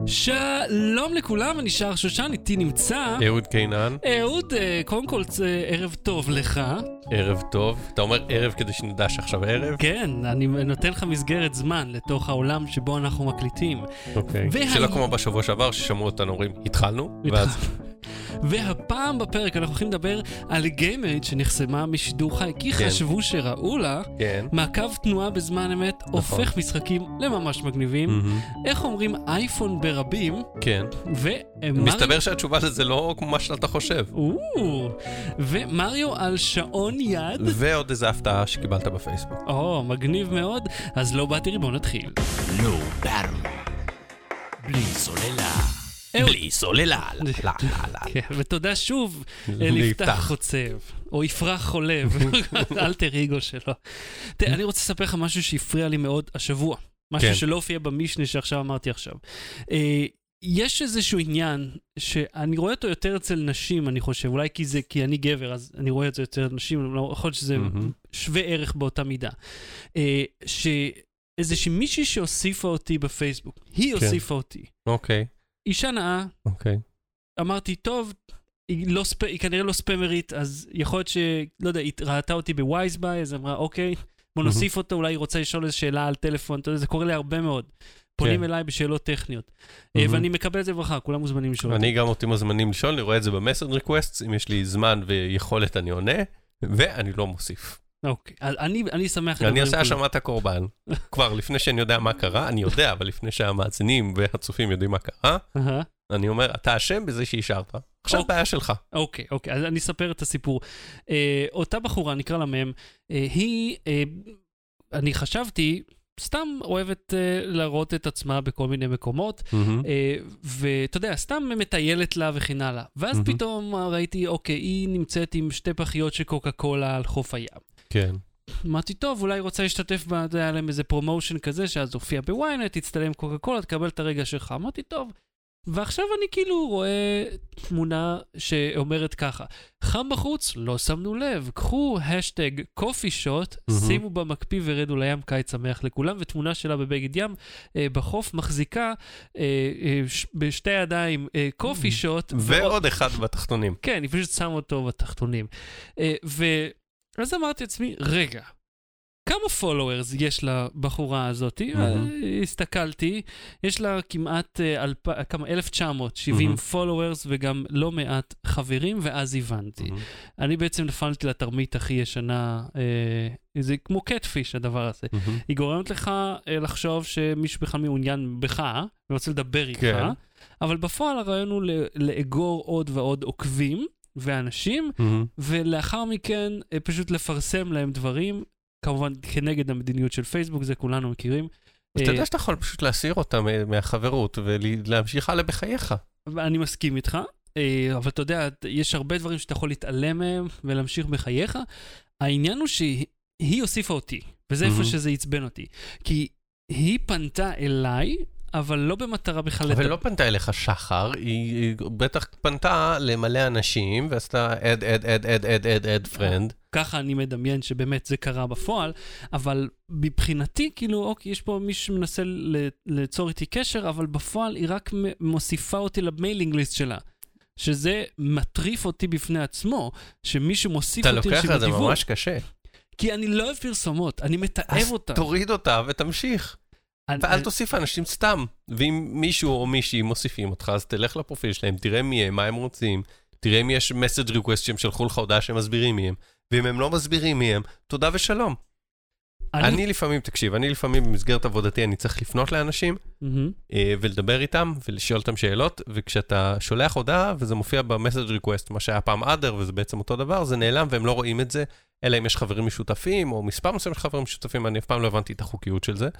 שלום לכולם, אני שר שושן, איתי נמצא אהוד קינן. אהוד, קודם כל ערב טוב לך. ערב טוב. אתה אומר ערב כדי שנדע שעכשיו ערב? כן, אני נותן לך מסגרת זמן לתוך העולם שבו אנחנו מקליטים. אוקיי. שלא כמו בשבוע שעבר ששמעו אותנו אומרים, התחלנו? והפעם בפרק אנחנו הולכים לדבר על גיימרית שנחסמה משידור חי, כי חשבו שראו לה, מעקב תנועה בזמן אמת הופך משחקים לממש מגניבים. איך אומרים אייפון ברבים? כן. מסתבר שהתשובה לזה לא כמו מה שאתה חושב. ומריו על שעון יד. ועוד איזה הפתעה שקיבלת בפייסבוק. מגניב מאוד. אז לא באתי, בואו נתחיל. לא באתי. בלי סוללה. בלי סוללה. ותודה שוב לפתח חוצב, או יפרח חולב, אלטר איגו שלו. אני רוצה לספר לך משהו שהפריע לי מאוד השבוע, משהו שלא הופיע במשנה שעכשיו אמרתי עכשיו. יש איזשהו עניין שאני רואה אותו יותר אצל נשים, אני חושב, אולי כי אני גבר, אז אני רואה את זה יותר נשים, לא יכול להיות שזה שווה ערך באותה מידה. שאיזושהי מישהי שהוסיפה אותי בפייסבוק, היא הוסיפה אותי. אוקיי. אישה נאה, אמרתי, טוב, היא כנראה לא ספמרית, אז יכול להיות לא יודע, היא ראתה אותי בווייז ביי, אז אמרה, אוקיי, בוא נוסיף אותו, אולי היא רוצה לשאול איזו שאלה על טלפון, זה קורה לי הרבה מאוד. פונים אליי בשאלות טכניות. ואני מקבל את זה ברכה, כולם מוזמנים לשאול. אני גם אותי מוזמנים לשאול, אני רואה את זה במסנג' ריקווסטס, אם יש לי זמן ויכולת אני עונה, ואני לא מוסיף. אוקיי, אני שמח... אני עושה השמת הקורבן. כבר לפני שאני יודע מה קרה, אני יודע, אבל לפני שהמאזינים והצופים יודעים מה קרה, אני אומר, אתה אשם בזה שהשארת. עכשיו בעיה שלך. אוקיי, אז אני אספר את הסיפור. אותה בחורה, נקרא לה מם, אני חשבתי, סתם אוהבת להראות את עצמה בכל מיני מקומות, ואתה יודע, סתם מטיילת לה וכן הלאה. ואז פתאום ראיתי, אוקיי, היא נמצאת עם 2 פחיות של קוקה קולה על חוף הים. כן. אמרתי, טוב, אולי רוצה להשתתף היה להם איזה פרומושן כזה, שאז הופיע בוויינט, תצטלם קוקה קולה, תקבל את הרגע שלך. אמרתי, טוב. ועכשיו אני כאילו רואה תמונה שאומרת ככה, חם בחוץ, לא שמנו לב, קחו השטג קופי שוט, שימו במקפיא ורדו לים, קיץ שמח לכולם, ותמונה שלה בבגד ים, בחוף מחזיקה בשתי ידיים קופי שוט. ועוד אחד בתחתונים. כן, היא פשוט שמה אותו בתחתונים. ואז אמרתי לעצמי, רגע, כמה followers יש לבחורה הזאת? הסתכלתי, יש לה כמעט 1970 followers וגם לא מעט חברים, ואז הבנתי. אני בעצם נפלתי לתרמית הכי ישנה, זה כמו קטפיש הדבר הזה. היא גורמת לך לחשוב שמישהו בכלל מעוניין בך, ורוצה לדבר איתך, אבל בפועל הרעיון הוא לאגור עוד ועוד עוקבים ואנשים, ולאחר מכן פשוט לפרסם להם דברים, כמובן כנגד המדיניות של פייסבוק, זה כולנו מכירים. אתה יודע שאתה יכול פשוט להסיר אותה מהחברות ולהמשיך הלאה בחייך. אני מסכים איתך, אבל אתה יודע, יש הרבה דברים שאתה יכול להתעלם מהם ולהמשיך בחייך. העניין הוא שהיא הוסיפה אותי, וזה איפה שזה יצבן אותי. כי היא פנתה אליי, אבל לא במטרה בכלל... אבל לא פנתה אליך שחר, היא בטח פנתה למלא אנשים, ועשתה add friend. ככה אני מדמיין שבאמת זה קרה בפועל, אבל מבחינתי, כאילו, אוקיי, יש פה מישהו שמנסה ליצור איתי קשר, אבל בפועל היא רק מוסיפה אותי למיילינג ליסט שלה. שזה מטריף אותי בפני עצמו, שמישהו מוסיף אותי אתה לוקח את זה ממש קשה. כי אני לא אוהב פרסומות, אני מתאהב אותה. אז תוריד אותה ותמשיך. ואל תוסיף אנשים סתם, ואם מישהו או מישהי מוסיפים אותך, אז תלך לפרופיל שלהם, תראה מי הם, מה הם רוצים, תראה אם יש מסאג' ריקווסט שהם שלחו לך הודעה שהם מסבירים מי הם, ואם הם לא מסבירים מי הם, תודה ושלום. אני לפעמים, תקשיב, אני לפעמים במסגרת עבודתי, אני צריך לפנות לאנשים, ולדבר איתם, ולשאול אותם שאלות, וכשאתה שולח הודעה, וזה מופיע במסאג' ריקווסט, מה שהיה פעם אדר, וזה בעצם אותו דבר, זה נעלם, והם לא רואים את זה, אלא אם יש חברים משותפים, או מספר מסוים של חברים משותפים, אני אף פעם לא הבנתי את החוקיות של זה.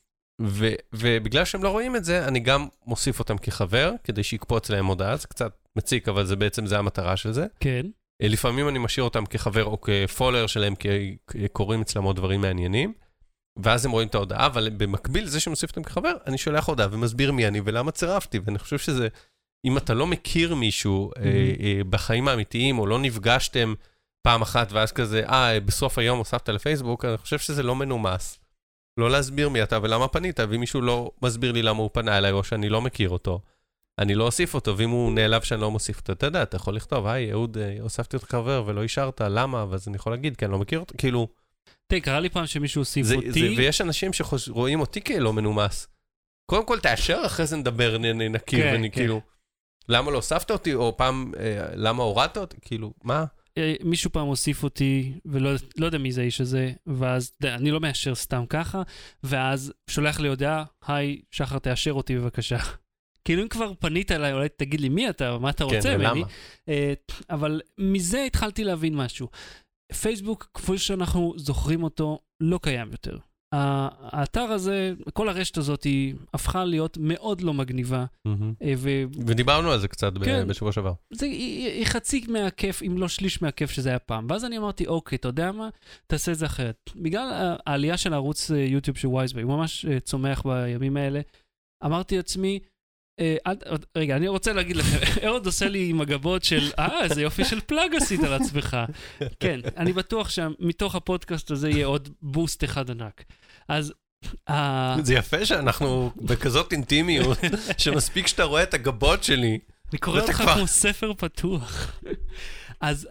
ובגלל שהם לא רואים את זה, אני גם מוסיף אותם כחבר, כדי שיקפוץ להם הודעה, זה קצת מציק, אבל זה בעצם זה המטרה של זה. כן. לפעמים אני משאיר אותם כחבר או כפולר שלהם, כי קוראים אצלם עוד דברים מעניינים, ואז הם רואים את ההודעה, אבל במקביל לזה שמוסיף אותם כחבר, אני שולח הודעה ומסביר מי אני ולמה צירפתי, ואני חושב שזה, אם אתה לא מכיר מישהו בחיים האמיתיים, או לא נפגשתם פעם אחת, ואז כזה, בסוף היום הוספת לפייסבוק, אני חושב שזה לא מנומס. לא להסביר מי אתה ולמה פנית, ואם מישהו לא מסביר לי למה הוא פנה אליי, או שאני לא מכיר אותו, אני לא אוסיף אותו, ואם הוא נעלב שאני לא מוסיף אותו, אתה יודע, אתה יכול לכתוב, היי, אהוד, הוספתי אותך חבר ולא אישרת, למה? ואז אני יכול להגיד, כי אני לא מכיר אותו, כאילו... תראי, קרה לי פעם שמישהו הוסיף אותי... ויש אנשים שרואים אותי כלא מנומס. קודם כל תאשר, אחרי זה נדבר, נכיר, ואני כאילו... למה לא הוספת אותי, או פעם, למה הורדת אותי? כאילו, מה? מישהו פעם הוסיף אותי, ולא יודע מי זה האיש הזה, ואז אני לא מאשר סתם ככה, ואז שולח לי הודעה, היי, שחר, תאשר אותי בבקשה. כאילו אם כבר פנית אליי, אולי תגיד לי מי אתה, מה אתה רוצה ממני. אבל מזה התחלתי להבין משהו. פייסבוק, כפי שאנחנו זוכרים אותו, לא קיים יותר. האתר הזה, כל הרשת הזאת היא הפכה להיות מאוד לא מגניבה. ודיברנו על זה קצת בשבוע שעבר. היא חצי מהכיף, אם לא שליש מהכיף שזה היה פעם. ואז אני אמרתי, אוקיי, אתה יודע מה? תעשה את זה אחרת. בגלל העלייה של הערוץ יוטיוב של וייזביי, הוא ממש צומח בימים האלה. אמרתי לעצמי, רגע, אני רוצה להגיד לכם, אהוד עושה לי עם הגבות של, איזה יופי של פלאג עשית על עצמך. כן, אני בטוח שמתוך הפודקאסט הזה יהיה עוד בוסט אחד ענק. אז... זה יפה שאנחנו בכזאת אינטימיות, שמספיק שאתה רואה את הגבות שלי. אני קורא אותך כמו ספר פתוח. אז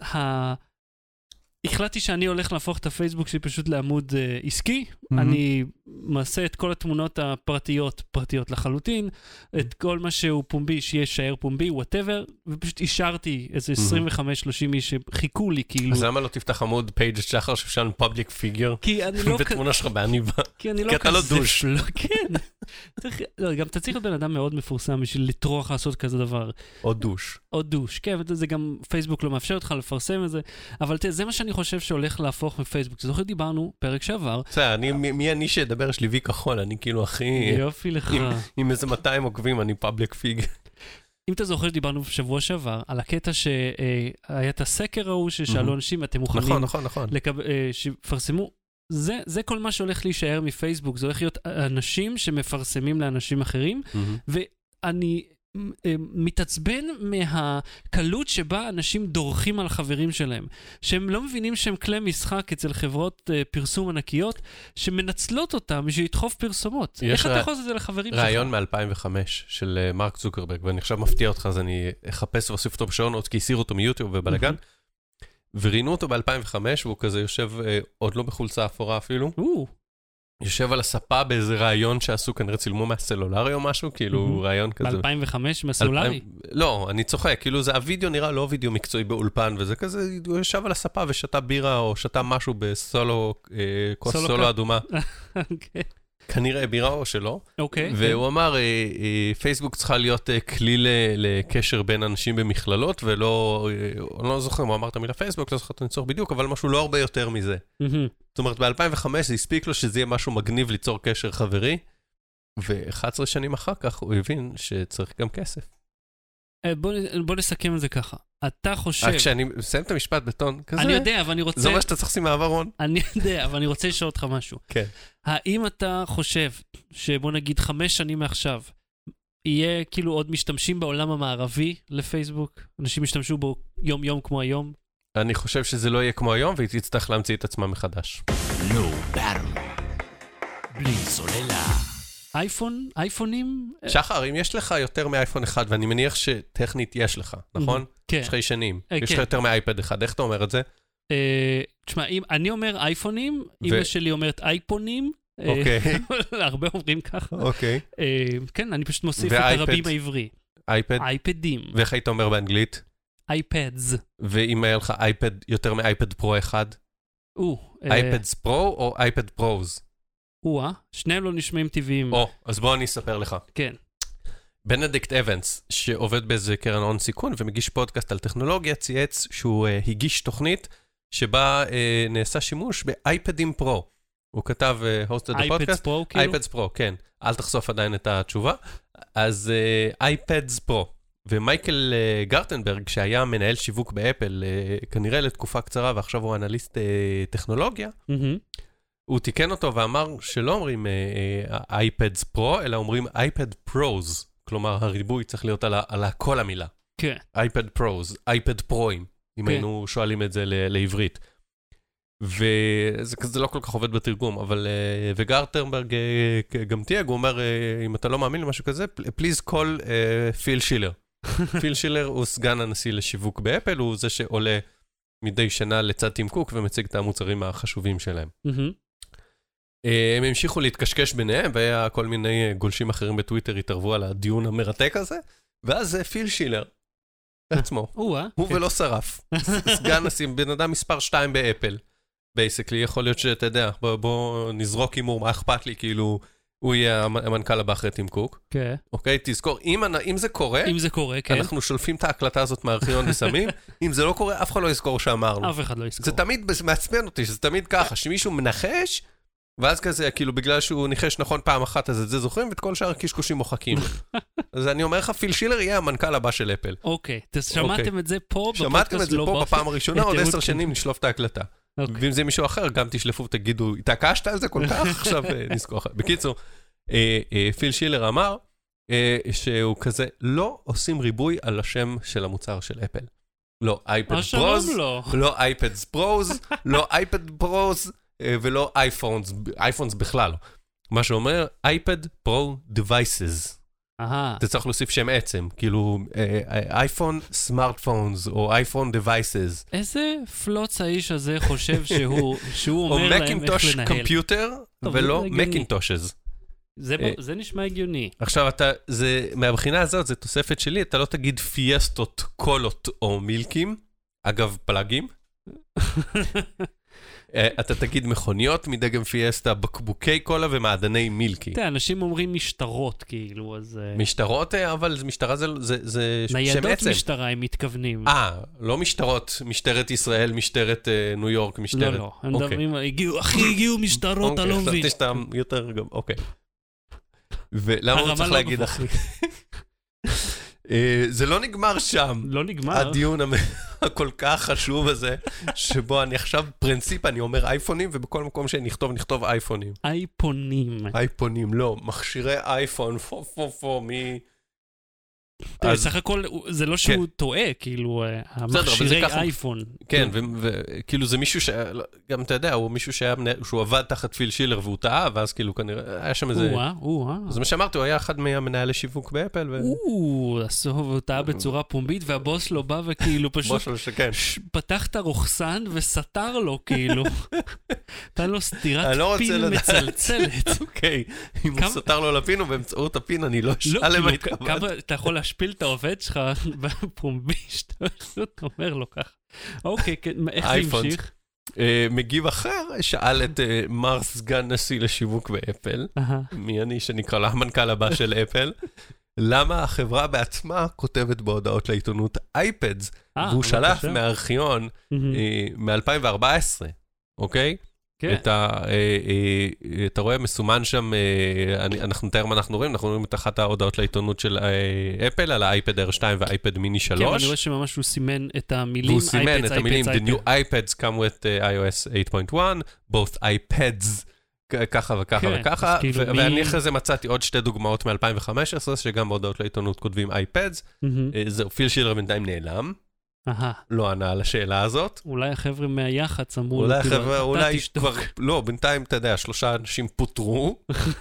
החלטתי שאני הולך להפוך את הפייסבוק שלי פשוט לעמוד עסקי. אני מעשה את כל התמונות פרטיות לחלוטין, את כל מה שהוא פומבי, שיהיה שער פומבי, whatever, ופשוט אישרתי איזה 25-30 איש שחיכו לי, כאילו... אז למה לא תפתח עמוד פייג' שחר שפשן פובליק פיגר? כי אני לא... ותמונה שלך בעניבה. כי אני לא כי אתה לא דוש. כן. גם אתה צריך להיות בן אדם מאוד מפורסם בשביל לטרוח לעשות כזה דבר. או דוש. או דוש, כן, זה גם פייסבוק לא מאפשר אותך לפרסם את זה, אבל זה מה שאני חושב שהולך להפוך מפייסבוק. אתה זוכר, דיברנו פרק שעבר. מי אני שידבר? יש לי וי כחול, אני כאילו הכי... יופי לך. עם איזה 200 עוקבים, אני פאבליק פיג. אם אתה זוכר שדיברנו בשבוע שעבר, על הקטע שהיה את הסקר ההוא ששאלו אנשים, אתם מוכנים... נכון. שפרסמו, זה כל מה שהולך להישאר מפייסבוק, זה הולך להיות אנשים שמפרסמים לאנשים אחרים, ואני מתעצבן מהקלות שבה אנשים דורכים על חברים שלהם, שהם לא מבינים שהם כלי משחק אצל חברות פרסום ענקיות, שמנצלות אותם בשביל לדחוף פרסומות. איך אתה יכול לעשות את זה לחברים שלך? רעיון מ-2005 של מרק צוקרברג, ואני עכשיו מפתיע אותך, אז אני אחפש ואוסיף אותו בשעון, כי הסירו אותו מיוטיוב ובלגן, וראינו אותו ב-2005, והוא כזה יושב עוד לא בחולצה אפורה אפילו. יושב על הספה באיזה רעיון שעשו, כנראה צילמו מהסלולרי או משהו, כאילו רעיון כזה. ב-2005 מהסלולרי? לא, אני צוחק, כאילו זה הווידאו נראה לא וידאו מקצועי באולפן, וזה כזה, הוא יושב על הספה ושתה בירה או שתה משהו בסולו, כוס סולו אדומה. אוקיי. כנראה בירה או שלא. אוקיי. והוא אמר, פייסבוק צריכה להיות כלי לקשר בין אנשים במכללות, ולא, אני לא זוכר מה אמרת מילה פייסבוק, לא זוכר את הניצור בדיוק, אבל משהו לא הרבה יותר מזה. זאת אומרת, ב-2005 זה הספיק לו שזה יהיה משהו מגניב ליצור קשר חברי, ו11 שנים אחר כך הוא הבין שצריך גם כסף. בוא נסכם את זה ככה. אתה חושב... כשאני מסיים את המשפט בטון כזה... אני יודע, אבל אני רוצה... זה אומר שאתה צריך לשים מעברון. אני יודע, אבל אני רוצה לשאול אותך משהו. כן. האם אתה חושב שבוא נגיד 5 שנים מעכשיו, יהיה כאילו עוד משתמשים בעולם המערבי לפייסבוק? אנשים ישתמשו בו יום-יום כמו היום? אני חושב שזה לא יהיה כמו היום, והיא תצטרך להמציא את עצמה מחדש. לא ברם. בלי סוללה. אייפונים? שחר, אם יש לך יותר מאייפון אחד, ואני מניח שטכנית יש לך, נכון? כן. יש לך ישנים. יש לך יותר מאייפד אחד, איך אתה אומר את זה? תשמע, אני אומר אייפונים, אמא שלי אומרת אייפונים. אוקיי. הרבה אומרים ככה. אוקיי. כן, אני פשוט מוסיף את הרבים העברי. אייפד? אייפדים. ואיך היית אומר באנגלית? אייפדס. ואם היה לך אייפד יותר מאייפד פרו אחד? אייפדס פרו או אייפד פרוז? שניהם לא נשמעים טבעיים. אז בוא אני אספר לך. כן. בנדיקט אבנס, שעובד באיזה קרן הון סיכון ומגיש פודקאסט על טכנולוגיה, צייץ שהוא הגיש תוכנית שבה נעשה שימוש באייפדים פרו. הוא כתב הוסטד הפודקאסט. אייפדס פרו כאילו? אייפדס פרו, כן. אל תחשוף עדיין את התשובה. אז אייפדס פרו. ומייקל גרטנברג, שהיה מנהל שיווק באפל, כנראה לתקופה קצרה, ועכשיו הוא אנליסט טכנולוגיה, הוא תיקן אותו ואמר שלא אומרים אייפדס פרו, אלא אומרים אייפד פרוז. כלומר, הריבוי צריך להיות על כל המילה. כן. אייפד פרוז, אייפד פרוים, אם היינו שואלים את זה לעברית. וזה כזה לא כל כך עובד בתרגום, אבל, וגר טרנברג גם תייג, הוא אומר, אם אתה לא מאמין למשהו כזה, please call פיל שילר. פיל שילר הוא סגן הנשיא לשיווק באפל, הוא זה שעולה מדי שנה לצד טים קוק, ומציג את המוצרים החשובים שלהם. הם המשיכו להתקשקש ביניהם, והיה כל מיני גולשים אחרים בטוויטר התערבו על הדיון המרתק הזה, ואז פיל שילר, בעצמו, הוא ולא שרף. סגן נשיא, בן אדם מספר 2 באפל. בייסקלי, יכול להיות שאתה יודע, בוא נזרוק אימור, מה אכפת לי, כאילו, הוא יהיה המנכ"ל הבא אחרי טים קוק. כן. אוקיי, תזכור, אם זה קורה, כן. אנחנו שולפים את ההקלטה הזאת מהארכיון ושמים, אם זה לא קורה, אף אחד לא יזכור שאמרנו. אף אחד לא יזכור. זה תמיד מעצבן אותי, שזה תמיד ככה, שמישהו מנחש, ואז כזה, כאילו, בגלל שהוא ניחש נכון פעם אחת, אז את זה זוכרים, ואת כל שאר הקשקושים מוחקים. אז אני אומר לך, פיל שילר יהיה המנכ"ל הבא של אפל. אוקיי, שמעתם את זה פה, שמעתם את זה פה בפעם הראשונה, עוד 10 שנים נשלוף את ההקלטה. ואם זה מישהו אחר, גם תשלפו ותגידו, התעקשת על זה כל כך? עכשיו נזכור אחר. בקיצור, פיל שילר אמר שהוא כזה, לא עושים ריבוי על השם של המוצר של אפל. לא אייפד פרוז, לא אייפדס פרוז, לא אייפד פרוז, ולא אייפונס בכלל. מה שאומר, אייפד פרו דווייסס. אתה צריך להוסיף שם עצם, כאילו אייפון סמארטפונס או אייפון דווייסס. איזה פלוץ האיש הזה חושב שהוא אומר להם איך לנהל. או מקינטוש קומפיוטר ולא מקינטושז. זה נשמע הגיוני. עכשיו, מהבחינה הזאת, זה תוספת שלי, אתה לא תגיד פיאסטות, קולות או מילקים, אגב פלאגים. אתה תגיד מכוניות מדגם פיאסטה, בקבוקי קולה ומעדני מילקי. תראה, אנשים אומרים משטרות, כאילו, אז... משטרות, אבל משטרה זה שם עצם. ניידות משטרה, הם מתכוונים. לא משטרות, משטרת ישראל, משטרת ניו יורק, משטרת... לא, הם מדברים, הגיעו משטרות, אתה לא מבין. חשבתי שאתה יותר גם, אוקיי. ולמה הוא צריך להגיד אחי? זה לא נגמר שם. לא נגמר. הדיון הכל כך חשוב הזה, שבו אני עכשיו פרינציפ, אני אומר אייפונים, ובכל מקום שנכתוב, נכתוב אייפונים. אייפונים, לא. מכשירי אייפון, מי... סך הכל, זה לא שהוא טועה, כאילו, המכשירי אייפון. כן, וכאילו זה מישהו גם אתה יודע, הוא מישהו שהוא עבד תחת פיל שילר והוא טעה, ואז כאילו כנראה, היה שם איזה... זה מה שאמרתי, הוא היה אחד מהמנהלי שיווק באפל. הוא טעה בצורה פומבית, והבוס לא בא וכאילו פשוט פתח את הרוחסן וסתר לו, כאילו. נתן לו סתירת פין מצלצלת. אוקיי, אם הוא סתר לו לפין, ובאמצעות הפין אני לא אשאל למה התכוונת. אתה יכול להשפיל את העובד שלך בפומבי, שאתה פשוט אומר לו ככה. אוקיי, איך זה המשיך? מגיב אחר, שאל את מר סגן נשיא לשיווק באפל, מי אני שנקרא לה המנכ"ל הבא של אפל, למה החברה בעצמה כותבת בהודעות לעיתונות אייפדס, והוא שלף מהארכיון מ-2014, אוקיי? אתה רואה מסומן שם, אנחנו נתאר מה אנחנו רואים את אחת ההודעות לעיתונות של אפל, על האייפד R2 והאייפד מיני 3. כן, אני רואה שממש הוא סימן את המילים, והוא סימן את המילים, The new iPads come with iOS 8.1, both iPads, ככה וככה וככה, ואני אחרי זה מצאתי עוד 2 דוגמאות מ-2015, שגם בהודעות לעיתונות כותבים iPads, זה פיל שילר בינתיים נעלם. לא ענה על השאלה הזאת. אולי החבר'ה מהיח"צ אמרו, אולי כבר, לא, בינתיים, אתה יודע, 3 אנשים פוטרו.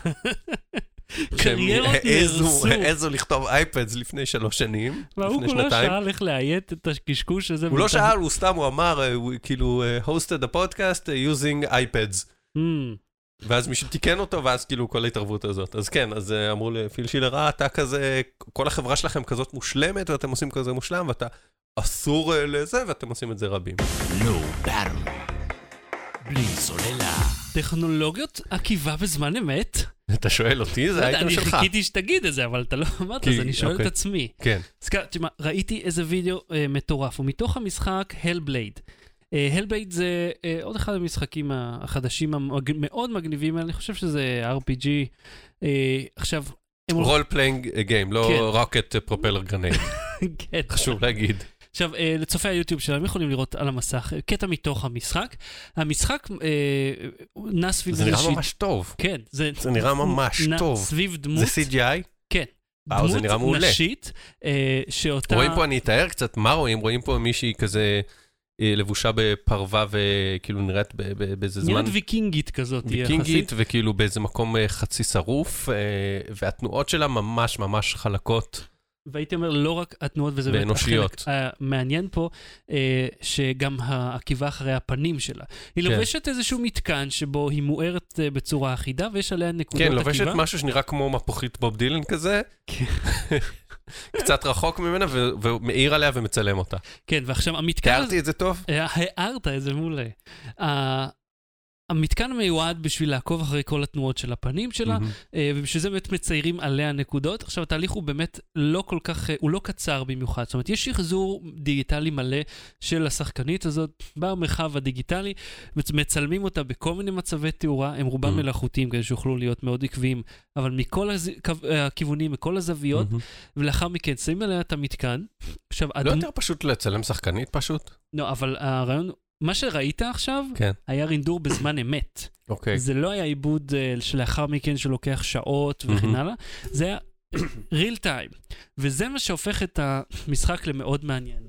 קריירות נהרסו. העזו לכתוב אייפדס לפני 3 שנים, והוא כולו שאל איך להיית את הקשקוש הזה. הוא לא שאל, הוא סתם, הוא אמר, כאילו, hosted a podcast using iPads. ואז מישהו תיקן אותו, ואז כאילו כל ההתערבות הזאת. אז כן, אז אמרו לפיל שילר, אתה כזה, כל החברה שלכם כזאת מושלמת, ואתם עושים כזה מושלם, ואתה אסור לזה, ואתם עושים את זה רבים. לא ברם. בלי סוללה. טכנולוגיות עקיבה בזמן אמת? אתה שואל אותי? זה האייטם שלך. אני חיכיתי שתגיד את זה, אבל אתה לא אמרת, אז אני שואל את עצמי. כן. תשמע, ראיתי איזה וידאו מטורף, ומתוך המשחק Hellblade. Hellblade זה עוד אחד המשחקים החדשים המאוד מגניבים, אני חושב שזה RPG. עכשיו... role playing game, לא rocket propeller grenade. כן. חשוב להגיד. עכשיו, לצופי היוטיוב שלהם יכולים לראות על המסך קטע מתוך המשחק. המשחק נע סביב... זה נראה ממש טוב. כן. זה נראה ממש טוב. נע סביב דמות... זה CGI? כן. זה נראה מעולה. נשית, שאותה... רואים פה, אני אתאר קצת מה רואים פה מישהי כזה... לבושה בפרווה וכאילו נראית באיזה זמן... נראית ויקינגית כזאת. ויקינגית וכאילו באיזה מקום חצי שרוף, והתנועות שלה ממש ממש חלקות. והייתי אומר, לא רק התנועות, וזה באנושיות. מעניין פה, שגם העקיבה אחרי הפנים שלה. היא לובשת איזשהו מתקן שבו היא מוארת בצורה אחידה, ויש עליה נקודות עקיבה. כן, לובשת משהו שנראה כמו מפוחית בוב דילן כזה. קצת רחוק ממנה, ומאיר עליה ומצלם אותה. כן, ועכשיו המתקן... תיארתי את זה טוב? הערת איזה מעולה. המתקן מיועד בשביל לעקוב אחרי כל התנועות של הפנים שלה, ובשביל זה באמת מציירים עליה נקודות. עכשיו, התהליך הוא באמת לא כל כך, הוא לא קצר במיוחד. זאת אומרת, יש שחזור דיגיטלי מלא של השחקנית הזאת במרחב הדיגיטלי, מצלמים אותה בכל מיני מצבי תאורה, הם רובם מלאכותיים כדי שיוכלו להיות מאוד עקביים, אבל מכל הכיוונים, מכל הזוויות, ולאחר מכן שמים עליה את המתקן. לא יותר פשוט לצלם שחקנית פשוט? לא, אבל הרעיון... מה שראית עכשיו, היה רינדור בזמן אמת. זה לא היה עיבוד שלאחר מכן שלוקח שעות וכן הלאה, זה היה real time. וזה מה שהופך את המשחק למאוד מעניין.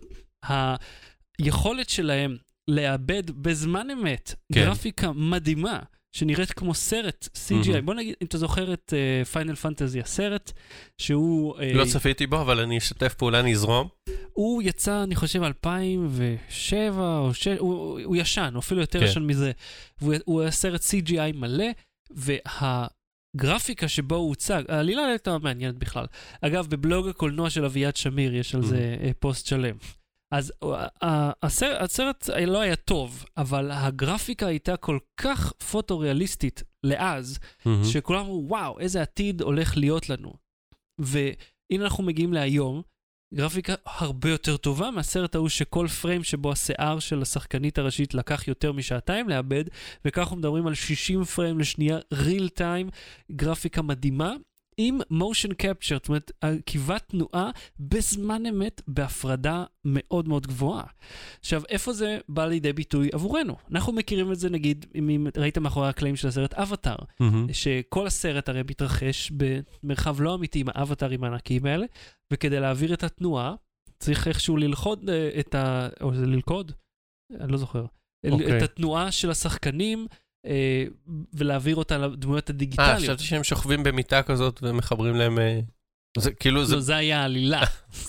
היכולת שלהם לאבד בזמן אמת גרפיקה מדהימה, שנראית כמו סרט CGI. בוא נגיד, אם אתה זוכר את פיינל פנטזי, הסרט, שהוא... לא צפיתי בו, אבל אני אשתף פעולה, נזרום. הוא יצא, אני חושב, 2007 או 2006, הוא ישן, אפילו יותר ישן מזה. הוא היה סרט CGI מלא, והגרפיקה שבו הוא הוצג, העלילה הייתה מעניינת בכלל. אגב, בבלוג הקולנוע של אביעד שמיר, יש על זה פוסט שלם. אז הסרט לא היה טוב, אבל הגרפיקה הייתה כל כך פוטו-ריאליסטית לאז, שכולם אמרו, וואו, איזה עתיד הולך להיות לנו. והנה אנחנו מגיעים להיום, גרפיקה הרבה יותר טובה מהסרט ההוא שכל פריים שבו השיער של השחקנית הראשית לקח יותר משעתיים לאבד, וכך אנחנו מדברים על 60 פריים לשנייה, real time, גרפיקה מדהימה, עם motion capture, זאת אומרת, עקיבת תנועה בזמן אמת, בהפרדה מאוד מאוד גבוהה. עכשיו, איפה זה בא לידי ביטוי עבורנו? אנחנו מכירים את זה, נגיד, אם ראית מאחורי הקלעים של הסרט אבטאר, שכל הסרט הרי מתרחש במרחב לא אמיתי עם האבטארים הענקיים האלה, וכדי להעביר את התנועה, צריך איכשהו ללכוד או זה ללכוד? אני לא זוכר. את התנועה של השחקנים, ולהעביר אותה לדמויות הדיגיטליות. חשבתי שהם שוכבים במיטה כזאת ומחברים להם... לא, זה היה העלילה.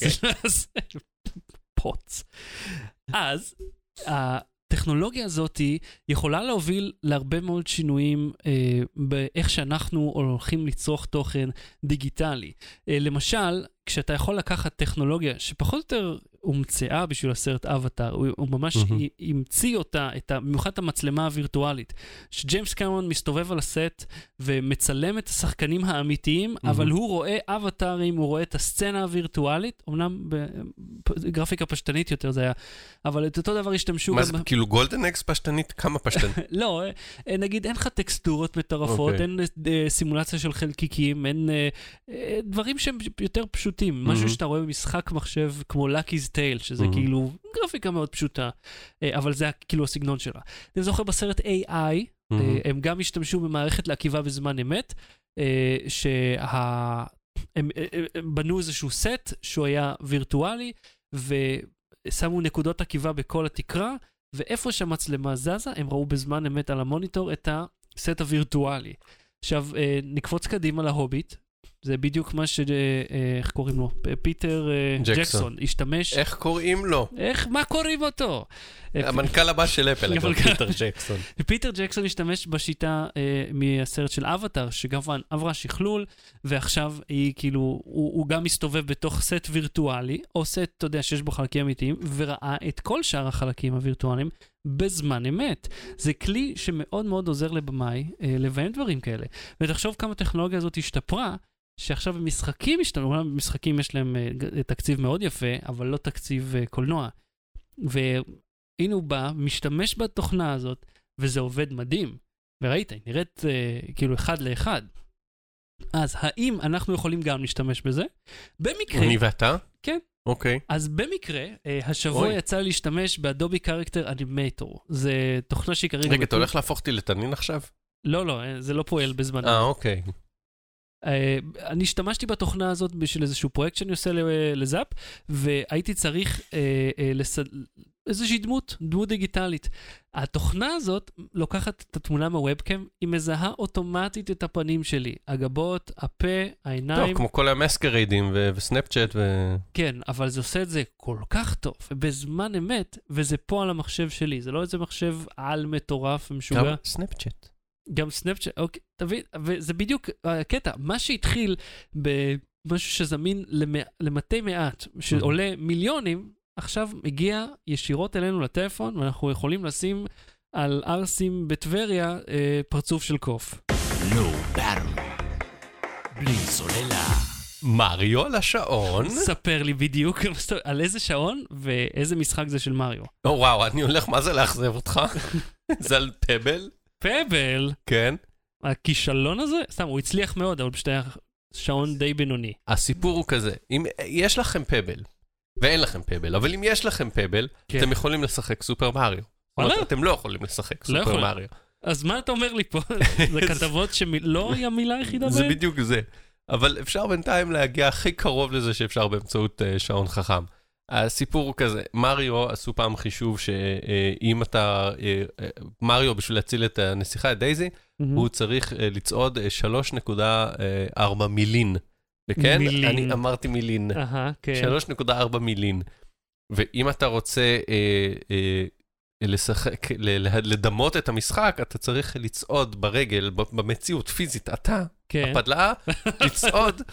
פוץ. אז, הטכנולוגיה הזאת יכולה להוביל להרבה מאוד שינויים באיך שאנחנו הולכים לצרוך תוכן דיגיטלי. למשל, כשאתה יכול לקחת טכנולוגיה שפחות או יותר הומצאה בשביל הסרט אבטאר, הוא ממש המציא אותה, במיוחד את המצלמה הווירטואלית, שג'יימס קמרון מסתובב על הסט ומצלם את השחקנים האמיתיים, אבל הוא רואה אבטארים, הוא רואה את הסצנה הווירטואלית, אמנם בגרפיקה פשטנית יותר זה היה, אבל את אותו דבר השתמשו... מה זה, כאילו גולדן אקס פשטנית? כמה פשטנית? לא, נגיד אין לך טקסטורות מטורפות, אין סימולציה של חלקיקים, אין דברים שהם יותר פשוטים, משהו שאתה רואה במשחק מחשב כמו Lucky's Tale, שזה כאילו גרפיקה מאוד פשוטה, אבל זה כאילו הסגנון שלה. אני זוכר בסרט AI, הם גם השתמשו במערכת לעקיבה בזמן אמת, הם בנו איזשהו סט שהוא היה וירטואלי, ושמו נקודות עקיבה בכל התקרה, ואיפה שהמצלמה זזה, הם ראו בזמן אמת על המוניטור את הסט הווירטואלי. עכשיו, נקפוץ קדימה להוביט, זה בדיוק מה איך קוראים לו? פיטר ג'קסון השתמש... איך קוראים לו? מה קוראים אותו? המנכ"ל הבא של אפל, פיטר ג'קסון. פיטר ג'קסון השתמש בשיטה מהסרט של אבטאר, שגם עברה שכלול, ועכשיו היא כאילו, הוא גם מסתובב בתוך סט וירטואלי, או סט, אתה יודע, שיש בו חלקים אמיתיים, וראה את כל שאר החלקים הווירטואליים בזמן אמת. זה כלי שמאוד מאוד עוזר לבמאי לביים דברים כאלה. ותחשוב כמה הטכנולוגיה הזאת השתפרה, שעכשיו במשחקים במשחקים יש להם תקציב מאוד יפה, אבל לא תקציב קולנוע. והנה הוא בא, משתמש בתוכנה הזאת, וזה עובד מדהים. וראית, היא נראית כאילו אחד לאחד. אז האם אנחנו יכולים גם להשתמש בזה? במקרה... אני ואתה? כן. אוקיי. אז במקרה, השבוע יצא להשתמש באדובי קרקטר אנימטור. זה תוכנה שהיא כרגע... רגע, אתה הולך להפוך אותי לתנין עכשיו? לא, זה לא פועל בזמן. אוקיי. אני השתמשתי בתוכנה הזאת בשביל איזשהו פרויקט שאני עושה לזאפ, והייתי צריך איזושהי דמות דיגיטלית. התוכנה הזאת לוקחת את התמונה מהוובקאם, היא מזהה אוטומטית את הפנים שלי, הגבות, הפה, העיניים. טוב, כמו כל המסקריידים וסנאפצ'אט כן, אבל זה עושה את זה כל כך טוב, ובזמן אמת, וזה פה על המחשב שלי, זה לא איזה מחשב על מטורף ומשוגע. גם סנאפצ'אט. גם סנאפצ'אט, אוקיי, תבין, וזה בדיוק הקטע, מה שהתחיל במשהו שזמין למתי מעט, שעולה מיליונים, עכשיו מגיע ישירות אלינו לטלפון, ואנחנו יכולים לשים על ארסים בטבריה פרצוף של קוף. לא ברם. בלי סוללה. מריו על השעון. ספר לי בדיוק על איזה שעון ואיזה משחק זה של מריו. וואו, אני הולך, מה זה לאכזב אותך? זה על פבל? פבל? כן. הכישלון הזה? סתם, הוא הצליח מאוד, אבל פשוט היה שעון די בינוני. הסיפור הוא כזה, אם יש לכם פבל, ואין לכם פבל, אבל אם יש לכם פבל, אתם יכולים לשחק סופר מריו. אתם לא יכולים לשחק סופר מריו. אז מה אתה אומר לי פה? זה כתבות שלא היא המילה היחידה בהן? זה בדיוק זה. אבל אפשר בינתיים להגיע הכי קרוב לזה שאפשר באמצעות שעון חכם. הסיפור הוא כזה, מריו עשו פעם חישוב שאם אתה, מריו בשביל להציל את הנסיכה, את דייזי, הוא צריך לצעוד 3.4 מילין. וכן, אני אמרתי מילין. 3.4 מילין. ואם אתה רוצה לשחק, לדמות את המשחק, אתה צריך לצעוד ברגל, במציאות פיזית, אתה, הפדלאה, לצעוד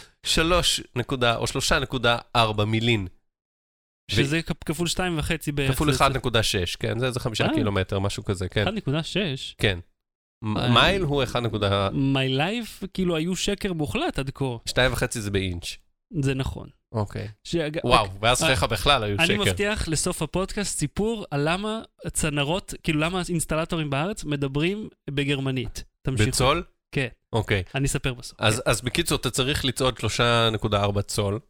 3.4 מילין. שזה כפול 2.5 בערך. כפול 1.6, כן, זה 5 קילומטר, משהו כזה, כן. 1.6? כן. מייל הוא 1. My life, כאילו היו שקר מוחלט עד כה. 2.5 זה באינץ'. זה נכון. אוקיי. וואו, ואז חייך בכלל היו שקר. אני מבטיח לסוף הפודקאסט סיפור על למה צנרות, כאילו למה אינסטלטורים בארץ מדברים בגרמנית. תמשיכו. בצול? כן. אוקיי. אני אספר בסוף. אז בקיצור, אתה צריך לצעוד 3.4 צול.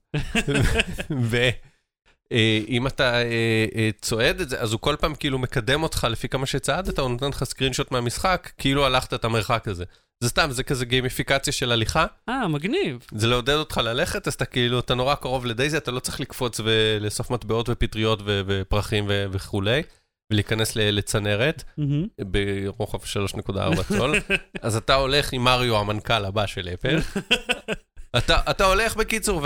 אם אתה צועד את זה, אז הוא כל פעם כאילו מקדם אותך לפי כמה שצעדת, הוא נותן לך סקרינשוט מהמשחק, כאילו הלכת את המרחק הזה. זה סתם, זה כזה גיימיפיקציה של הליכה. מגניב. זה לעודד אותך ללכת, אז אתה כאילו, אתה נורא קרוב לדייזי, אתה לא צריך לקפוץ ולאסוף מטבעות ופטריות ופרחים וכולי, ולהיכנס לצנרת, ברוחב 3.4 צול. אז אתה הולך עם מריו, המנכ"ל הבא של אפל. אתה הולך בקיצור,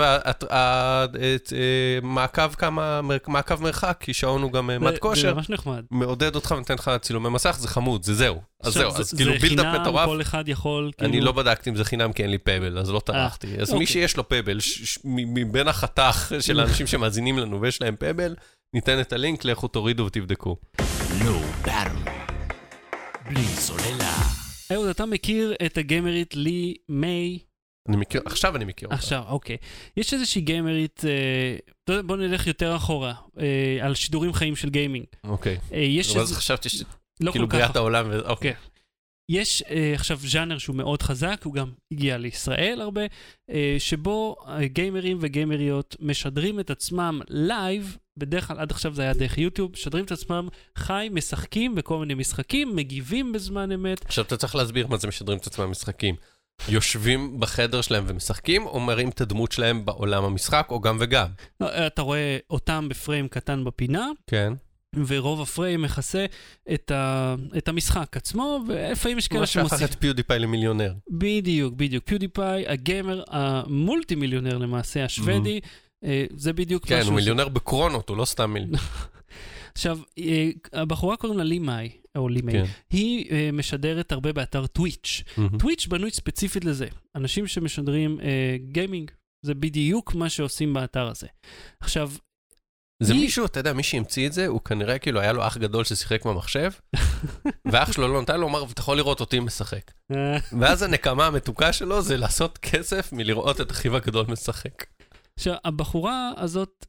מעקב מרחק, כי שעון הוא גם מד כושר. זה ממש נחמד. מעודד אותך ונותן לך צילומי מסך, זה חמוד, זה זהו. אז כאילו זה בילדאפ חינם, מטורף. כל אחד יכול... אני לא בדקתי אם זה חינם כי אין לי פבל, אז לא טרחתי. אז מי שיש לו פבל, מבין החתך של האנשים שמאזינים לנו ויש להם פבל, ניתן את הלינק, לכו תורידו ותבדקו. לא ברם. בלי סוללה. אהוד, אתה מכיר את הגיימרית לי מיי? אני מכיר, עכשיו אני מכיר אותה. עכשיו, אוקיי. יש איזושהי גיימרית, בוא נלך יותר אחורה, על שידורים חיים של גיימינג. אוקיי. אבל חשבתי כאילו בריאת העולם, אוקיי. יש עכשיו ז'אנר שהוא מאוד חזק, הוא גם הגיע לישראל הרבה, שבו גיימרים וגיימריות משדרים את עצמם לייב, בדרך כלל עד עכשיו זה היה דרך יוטיוב, משדרים את עצמם חי, משחקים בכל מיני משחקים, מגיבים בזמן אמת. עכשיו אתה צריך להסביר מה זה משדרים את עצמם משחקים. יושבים בחדר שלהם ומשחקים, או מראים את הדמות שלהם בעולם המשחק, או גם וגם. אתה רואה אותם בפריים קטן בפינה, כן. ורוב הפריים מכסה את המשחק עצמו, ולפעמים יש כאלה שמוסיף. מה שהפך את פיודיפיי למיליונר. בדיוק. פיודיפיי, הגיימר המולטי מיליונר למעשה, השוודי, זה בדיוק כן, הוא מיליונר בקרונות, הוא לא סתם מיליונר. עכשיו, הבחורה קוראים לה לימאי, או לימאי, היא משדרת הרבה באתר טוויץ'. טוויץ' בנוי ספציפית לזה. אנשים שמשדרים גיימינג, זה בדיוק מה שעושים באתר הזה. עכשיו, זה מישהו, אתה יודע, מי שהמציא את זה, הוא כנראה כאילו היה לו אח גדול ששיחק במחשב, ואח שלו לא נתן לו, אמר, אתה יכול לראות אותי משחק. ואז הנקמה המתוקה שלו זה לעשות כסף מלראות את אחיו הגדול משחק. עכשיו, הבחורה הזאת,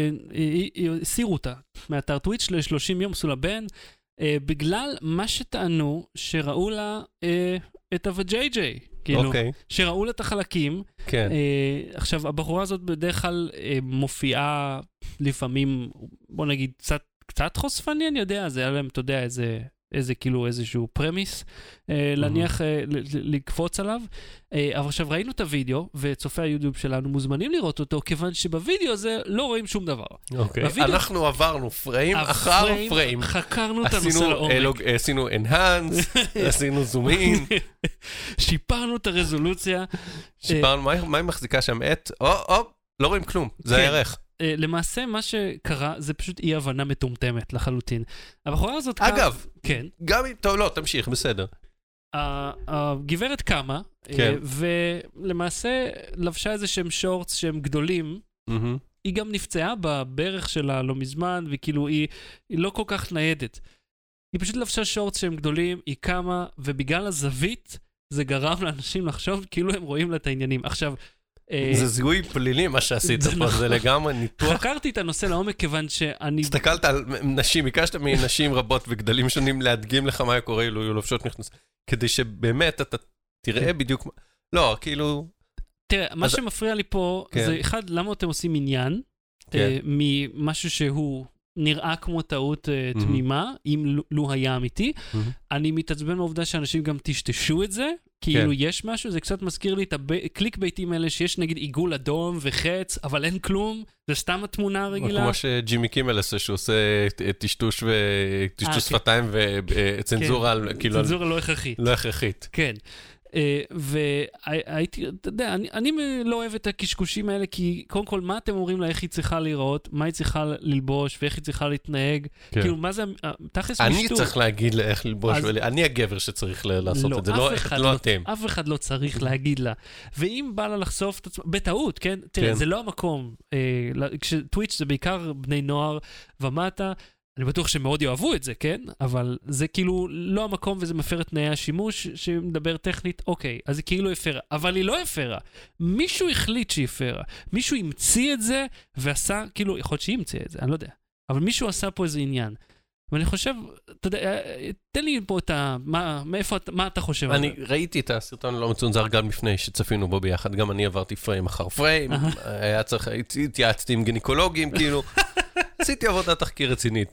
הסירו אותה מאתר טוויץ' ל-30 יום, עשו לה בן, בגלל מה שטענו שראו לה את הווג'יי-ג'יי, כאילו, שראו לה את החלקים. עכשיו, הבחורה הזאת בדרך כלל מופיעה לפעמים, בוא נגיד, קצת חושפני, אני יודע, זה היה להם, אתה יודע, איזה איזשהו פרמיס, להניח, לקפוץ עליו. אבל עכשיו ראינו את הוידאו, וצופי היוטיוב שלנו מוזמנים לראות אותו, כיוון שבוידאו הזה לא רואים שום דבר. אוקיי, אנחנו עברנו פריים אחר פריים. חקרנו את הנושא לעומק. עשינו enhance, עשינו zoom in. שיפרנו את הרזולוציה. שיפרנו, מה היא מחזיקה שם? לא רואים כלום, זה הערך. למעשה מה שקרה זה פשוט אי הבנה מטומטמת לחלוטין. הבחורה הזאת אגב, כן. גם אם, טוב, לא, תמשיך, בסדר. הגברת קמה, ולמעשה לבשה איזה שהם שורטס שהם גדולים, היא גם נפצעה בברך שלה לא מזמן, וכאילו היא לא כל כך ניידת. היא פשוט לבשה שורטס שהם גדולים, היא קמה, ובגלל הזווית זה גרם לאנשים לחשוב כאילו הם רואים לה את העניינים. עכשיו, זה זיהוי פלילי מה שעשית פה, זה לגמרי ניתוח. חקרתי את הנושא לעומק כיוון שאני... הסתכלת על נשים, ביקשת מנשים רבות וגדלים שונים להדגים לך מה קורה אילו יהיו לובשות נכנס, כדי שבאמת אתה תראה בדיוק... לא, כאילו... תראה, מה שמפריע לי פה זה אחד, למה אתם עושים עניין ממשהו שהוא נראה כמו טעות תמימה, אם לא היה אמיתי. אני מתעצבן מהעובדה שאנשים גם תשתשו את זה, כאילו יש משהו, זה קצת מזכיר לי את הקליק ביתים האלה שיש נגיד עיגול אדום וחץ, אבל אין כלום, זה סתם התמונה הרגילה. כמו שג'ימי קימל עשה, שהוא עושה טשטוש שפתיים וצנזורה, צנזורה לא הכרחית. לא הכרחית. כן. והייתי, אתה יודע, אני לא אוהב את הקשקושים האלה, כי קודם כל, מה אתם אומרים לה, איך היא צריכה להיראות, מה היא צריכה ללבוש, ואיך היא צריכה להתנהג, כאילו, מה זה, תכלס משטור. אני צריך להגיד לה איך ללבוש, אני הגבר שצריך לעשות את זה, לא אתם. אף אחד לא צריך להגיד לה. ואם בא לה לחשוף את עצמה, בטעות, כן? תראה, זה לא המקום. כשטוויץ' זה בעיקר בני נוער ומטה, אני בטוח שמאוד יאהבו את זה, כן? אבל זה כאילו לא המקום וזה מפר את תנאי השימוש שמדבר טכנית, אוקיי, אז היא כאילו הפרה. אבל היא לא הפרה. מישהו החליט שהיא הפרה. מישהו המציא את זה ועשה, כאילו, יכול להיות שהיא המציאה את זה, אני לא יודע. אבל מישהו עשה פה איזה עניין. ואני חושב, אתה יודע, תן לי פה את מה אתה חושב? אני ראיתי את הסרטון לא מצונזר גם לפני שצפינו בו ביחד, גם אני עברתי פריים אחר פריים, היה צריך, התייעצתי עם גינקולוגים, כאילו, עשיתי עבודת תחקיר רצינית,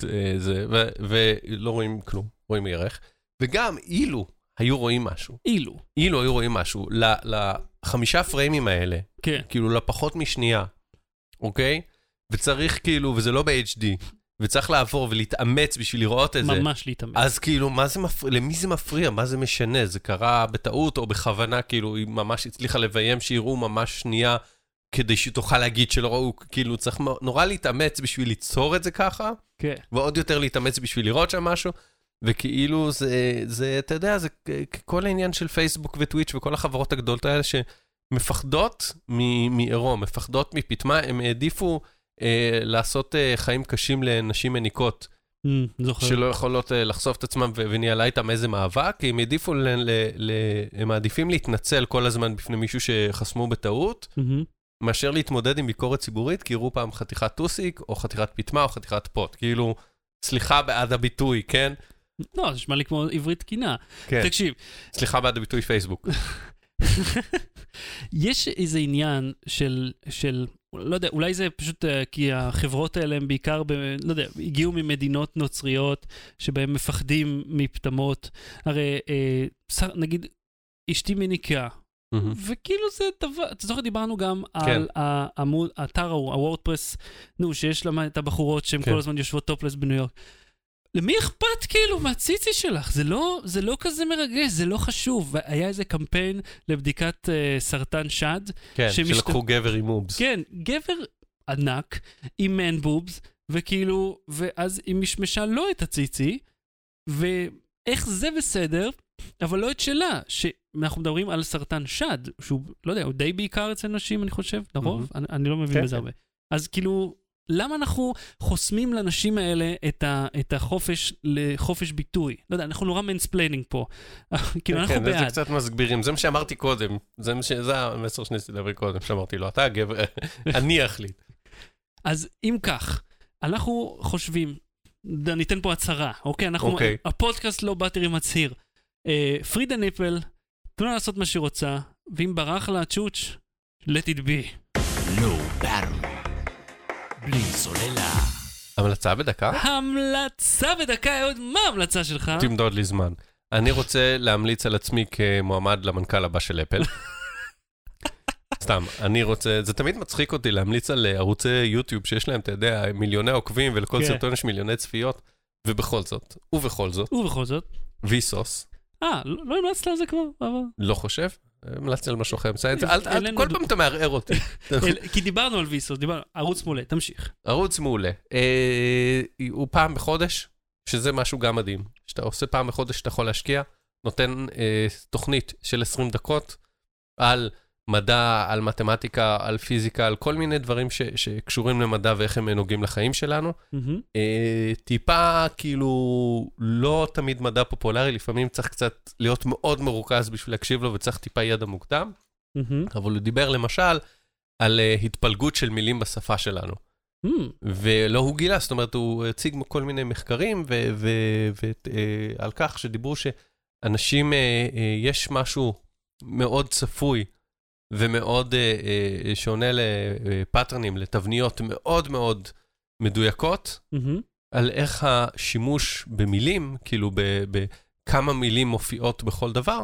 ולא רואים כלום, רואים ערך, וגם אילו היו רואים משהו, אילו היו רואים משהו, ל5 פריימים האלה, כאילו לפחות משנייה, אוקיי? וצריך כאילו, וזה לא ב-HD, וצריך לעבור ולהתאמץ בשביל לראות את זה. ממש להתאמץ. אז כאילו, למי זה מפריע? מה זה משנה? זה קרה בטעות או בכוונה, כאילו, היא ממש הצליחה לביים שיראו ממש שנייה, כדי שתוכל להגיד שלא ראו, כאילו, צריך נורא להתאמץ בשביל ליצור את זה ככה, ועוד יותר להתאמץ בשביל לראות שם משהו, וכאילו, זה, אתה יודע, זה כל העניין של פייסבוק וטוויץ' וכל החברות הגדולות האלה שמפחדות מעירום, מפחדות מפתמה, הם העדיפו לעשות חיים קשים לנשים מניקות, שלא יכולות לחשוף את עצמם וניהלה איתם איזה מאבק, כי הם העדיפו, הם מעדיפים להתנצל כל הזמן בפני מישהו שחסמו בטעות, מאשר להתמודד עם ביקורת ציבורית, כי יראו פעם חתיכת טוסיק, או חתיכת פתמה, או חתיכת פוט. כאילו, סליחה בעד הביטוי, כן? לא, זה שמע לי כמו עברית תקינה. תקשיב. סליחה בעד הביטוי פייסבוק. יש איזה עניין של, לא יודע, אולי זה פשוט כי החברות האלה הם בעיקר, לא יודע, הגיעו ממדינות נוצריות, שבהם מפחדים מפתמות. הרי, נגיד, אשתי מניקה, וכאילו זה דבר, אתה זוכר, דיברנו גם על האתר, הוורדפרס, שיש למה את הבחורות שהן כל הזמן יושבות טופלס בניו יורק. למי אכפת כאילו מהציצי שלך? זה לא כזה מרגש, זה לא חשוב. והיה איזה קמפיין לבדיקת סרטן שד. כן, שלקחו גבר עם בובס. כן, גבר ענק עם מן בובס, וכאילו, ואז היא משמשה לא את הציצי, ואיך זה בסדר, אבל לא את שלה, שאנחנו מדברים על סרטן שד, שהוא, לא יודע, הוא די בעיקר אצל נשים, אני חושב, לרוב, אני לא מבין בזה הרבה. אז כאילו, למה אנחנו חוסמים לאנשים האלה את החופש לחופש ביטוי? לא יודע, אנחנו נורא מנספליינינג פה. כאילו, אנחנו בעד. זה קצת מסגבירים, זה מה שאמרתי קודם, זה המסר שניסיתי להביא קודם, שאמרתי לו, אתה גבר, אני אחליט. אז אם כך, אנחנו חושבים, ניתן פה הצהרה, אוקיי? הפודקאסט לא באתי עם הצהיר. פרידה ניפל, תנו לה לעשות מה שהיא רוצה, ואם ברח לה צ'וץ', let it be. לא ברל. בלי סוללה. המלצה בדקה? המלצה בדקה, אהוד, מה ההמלצה שלך? תמדוד לי זמן. אני רוצה להמליץ על עצמי כמועמד למנכ"ל הבא של אפל. סתם, אני רוצה, זה תמיד מצחיק אותי להמליץ על ערוצי יוטיוב שיש להם, אתה יודע, מיליוני עוקבים, ולכל סרטון יש מיליוני צפיות, ובכל זאת, ויסוס. לא המלצת על זה כבר, אבל... לא חושב? המלצתי על משהו אחר. כל פעם אתה מערער אותי. כי דיברנו על ויסוס, ערוץ מעולה, תמשיך. ערוץ מעולה. הוא פעם בחודש, שזה משהו גם מדהים. שאתה עושה פעם בחודש שאתה יכול להשקיע, נותן תוכנית של 20 דקות על מדע, על מתמטיקה, על פיזיקה, על כל מיני דברים שקשורים למדע ואיך הם נוגעים לחיים שלנו. טיפה כאילו לא תמיד מדע פופולרי, לפעמים צריך קצת להיות מאוד מרוכז בשביל להקשיב לו וצריך טיפה ידע מוקדם. אבל הוא דיבר למשל על התפלגות של מילים בשפה שלנו. ולא הוא גילה, זאת אומרת הוא הציג כל מיני מחקרים ועל כך שדיברו שאנשים יש משהו מאוד צפוי ומאוד שעונה לפטרנים, לתבניות מאוד מאוד מדויקות, על איך השימוש במילים, כאילו בכמה מילים מופיעות בכל דבר,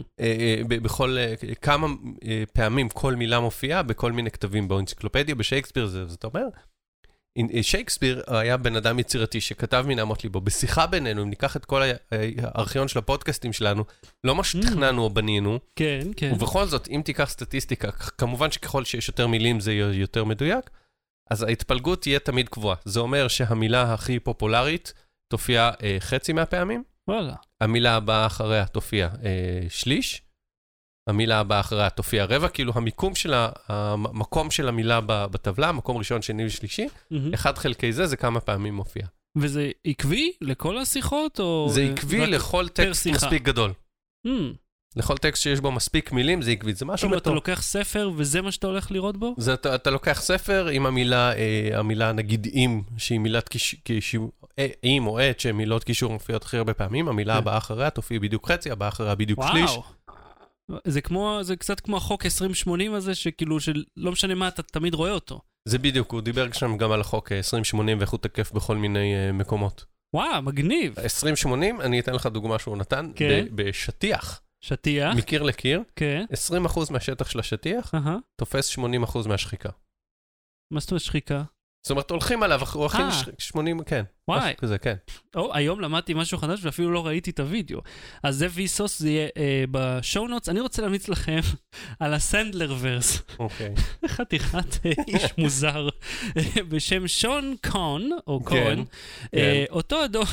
כמה פעמים כל מילה מופיעה בכל מיני כתבים באנציקלופדיה, בשייקספיר, זאת אומרת, שייקספיר היה בן אדם יצירתי שכתב מנהמות ליבו, בשיחה בינינו, אם ניקח את כל הארכיון של הפודקאסטים שלנו, לא מה שתכננו או בנינו, כן, כן. ובכל זאת, אם תיקח סטטיסטיקה, כמובן שככל שיש יותר מילים זה יותר מדויק, אז ההתפלגות תהיה תמיד קבועה. זה אומר שהמילה הכי פופולרית תופיע חצי מהפעמים, וואלה. המילה הבאה אחריה תופיע שליש, המילה הבאה אחריה תופיע רבע, כאילו המיקום של המקום של המילה בטבלה, מקום ראשון, שני ושלישי, 1 חלקי זה כמה פעמים מופיע. וזה עקבי לכל השיחות? זה עקבי לכל טקסט מספיק גדול. לכל טקסט שיש בו מספיק מילים, זה עקבי. זה משהו אם אתה לוקח ספר וזה מה שאתה הולך לראות בו? אתה לוקח ספר עם המילה נגיד אם, שהיא מילת אם או את, שהן מילות קישור מופיעות הכי הרבה פעמים, המילה הבאה אחריה תופיע בדיוק חצי, הבאה אחריה בדיוק שליש. זה קצת כמו החוק 2080 הזה, שכאילו שלא משנה מה, אתה תמיד רואה אותו. זה בדיוק, הוא דיבר שם גם על החוק 2080 ואיך הוא תקף בכל מיני מקומות. וואו, מגניב. 2080, אני אתן לך דוגמה שהוא נתן, בשטיח. שטיח? מקיר לקיר, כן. 20% מהשטח של השטיח, תופס 80% מהשחיקה. מה זאת אומרת שחיקה? זאת אומרת, הולכים עליו, הולכים 80, כן. וואי. כזה, כן. היום למדתי משהו חדש ואפילו לא ראיתי את הוידאו. אז זה ויסוס, זה יהיה בשואו נוטס. אני רוצה להמליץ לכם על הסנדלר ורס. אוקיי. חתיכת איש מוזר בשם שון קון, או קון. אותו אדון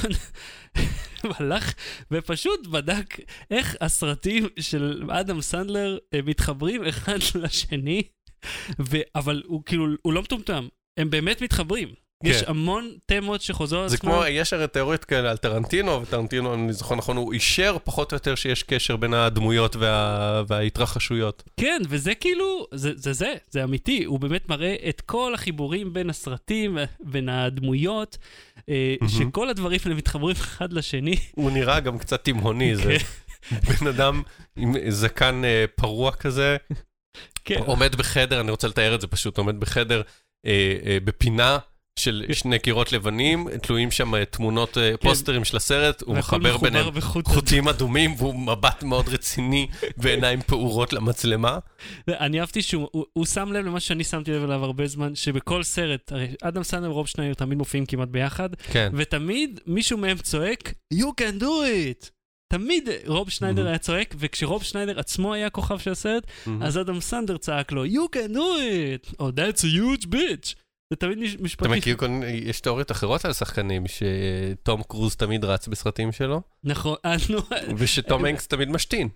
הלך ופשוט בדק איך הסרטים של אדם סנדלר מתחברים אחד לשני, אבל הוא כאילו, הוא לא מטומטם. הם באמת מתחברים. יש המון תמות שחוזר על זה כמו, יש הרי תיאוריות כאלה על טרנטינו, וטרנטינו, אני זוכר נכון, הוא אישר פחות או יותר שיש קשר בין הדמויות וההתרחשויות. כן, וזה כאילו, זה אמיתי, הוא באמת מראה את כל החיבורים בין הסרטים, בין הדמויות, שכל הדברים האלה מתחברים אחד לשני. הוא נראה גם קצת תימהוני, זה בן אדם עם זקן פרוע כזה, עומד בחדר, אני רוצה לתאר את זה פשוט, עומד בחדר, בפינה של שני קירות לבנים, תלויים שם תמונות פוסטרים של הסרט, הוא מחבר ביניהם חוטים אדומים, והוא מבט מאוד רציני, ועיניים פעורות למצלמה. אני אהבתי שהוא שם לב למה שאני שמתי לב אליו הרבה זמן, שבכל סרט, הרי אדם סנדלר ורוב שניידר תמיד מופיעים כמעט ביחד, ותמיד מישהו מהם צועק, You can do it! תמיד רוב שניידר היה צועק, וכשרוב שניידר עצמו היה כוכב של הסרט, אז אדם סנדלר צעק לו, You can do it! או That's a huge bitch! זה תמיד משפטים. אתה מכיר, יש תיאוריות אחרות על שחקנים, שתום קרוז תמיד רץ בסרטים שלו? נכון. ושתום הנקס תמיד משתין.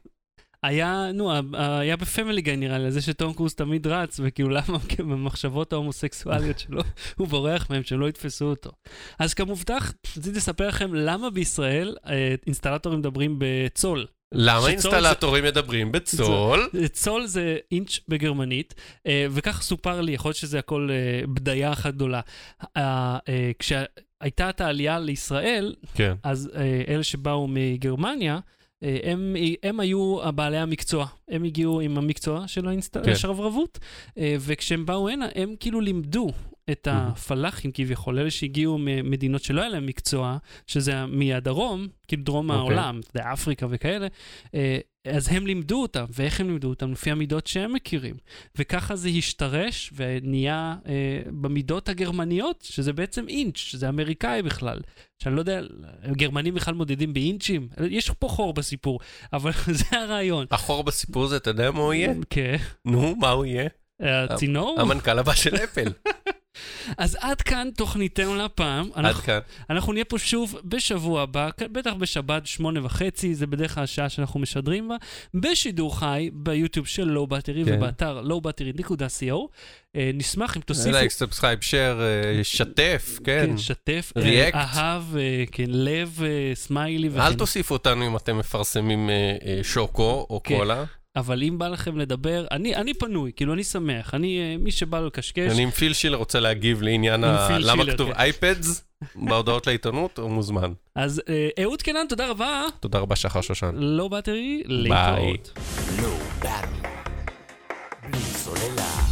היה בפמילי גיא נראה לי, זה שתום קרוז תמיד רץ, וכאילו למה במחשבות ההומוסקסואליות שלו, הוא בורח מהם שלא יתפסו אותו. אז כמובטח, רציתי לספר לכם למה בישראל אינסטלטורים מדברים בצול. למה אינסטלטורים מדברים בצול? צול זה אינץ' בגרמנית, וכך סופר לי, יכול להיות שזה הכל בדיה אחת גדולה. כשהייתה את העלייה לישראל, אז אלה שבאו מגרמניה, הם היו בעלי המקצוע, הם הגיעו עם המקצוע של השרברבות, וכשהם באו הנה, הם כאילו לימדו את הפלאחים כביכול, אלה שהגיעו ממדינות שלא היה להם מקצוע, שזה מהדרום, כאילו דרום העולם, אפריקה וכאלה, אז הם לימדו אותם, ואיך הם לימדו אותם? לפי המידות שהם מכירים. וככה זה השתרש ונהיה במידות הגרמניות, שזה בעצם אינץ', שזה אמריקאי בכלל. שאני לא יודע, גרמנים בכלל מודדים באינצ'ים. יש פה חור בסיפור, אבל זה הרעיון. החור בסיפור זה, אתה יודע מה הוא יהיה? כן. נו, מה הוא יהיה? הצינור? המנכ"ל הבא של אפל. אז עד כאן תוכניתנו לפעם. עד כאן. אנחנו נהיה פה שוב בשבוע הבא, בטח בשבת 8:30, זה בדרך כלל השעה שאנחנו משדרים בה, בשידור חי ביוטיוב של לואו בטרי ובאתר lowbattery.co. נשמח אם תוסיפו... לייק, סאבסקרייב, שייר, שתף, כן. כן, שתף, ריאקט. אהב, כן, לב, סמיילי. אל תוסיפו אותנו אם אתם מפרסמים שוקו או קולה. אבל אם בא לכם לדבר, אני פנוי, כאילו אני שמח, מי שבא לו לקשקש. אני עם פיל שילר רוצה להגיב לעניין למה כתוב אייפדס בהודעות לעיתונות, הוא מוזמן. אז אהוד קנן, תודה רבה. תודה רבה שחר שושן. לואו בטרי, להתראות. לואו בטרי, בלי סוללה.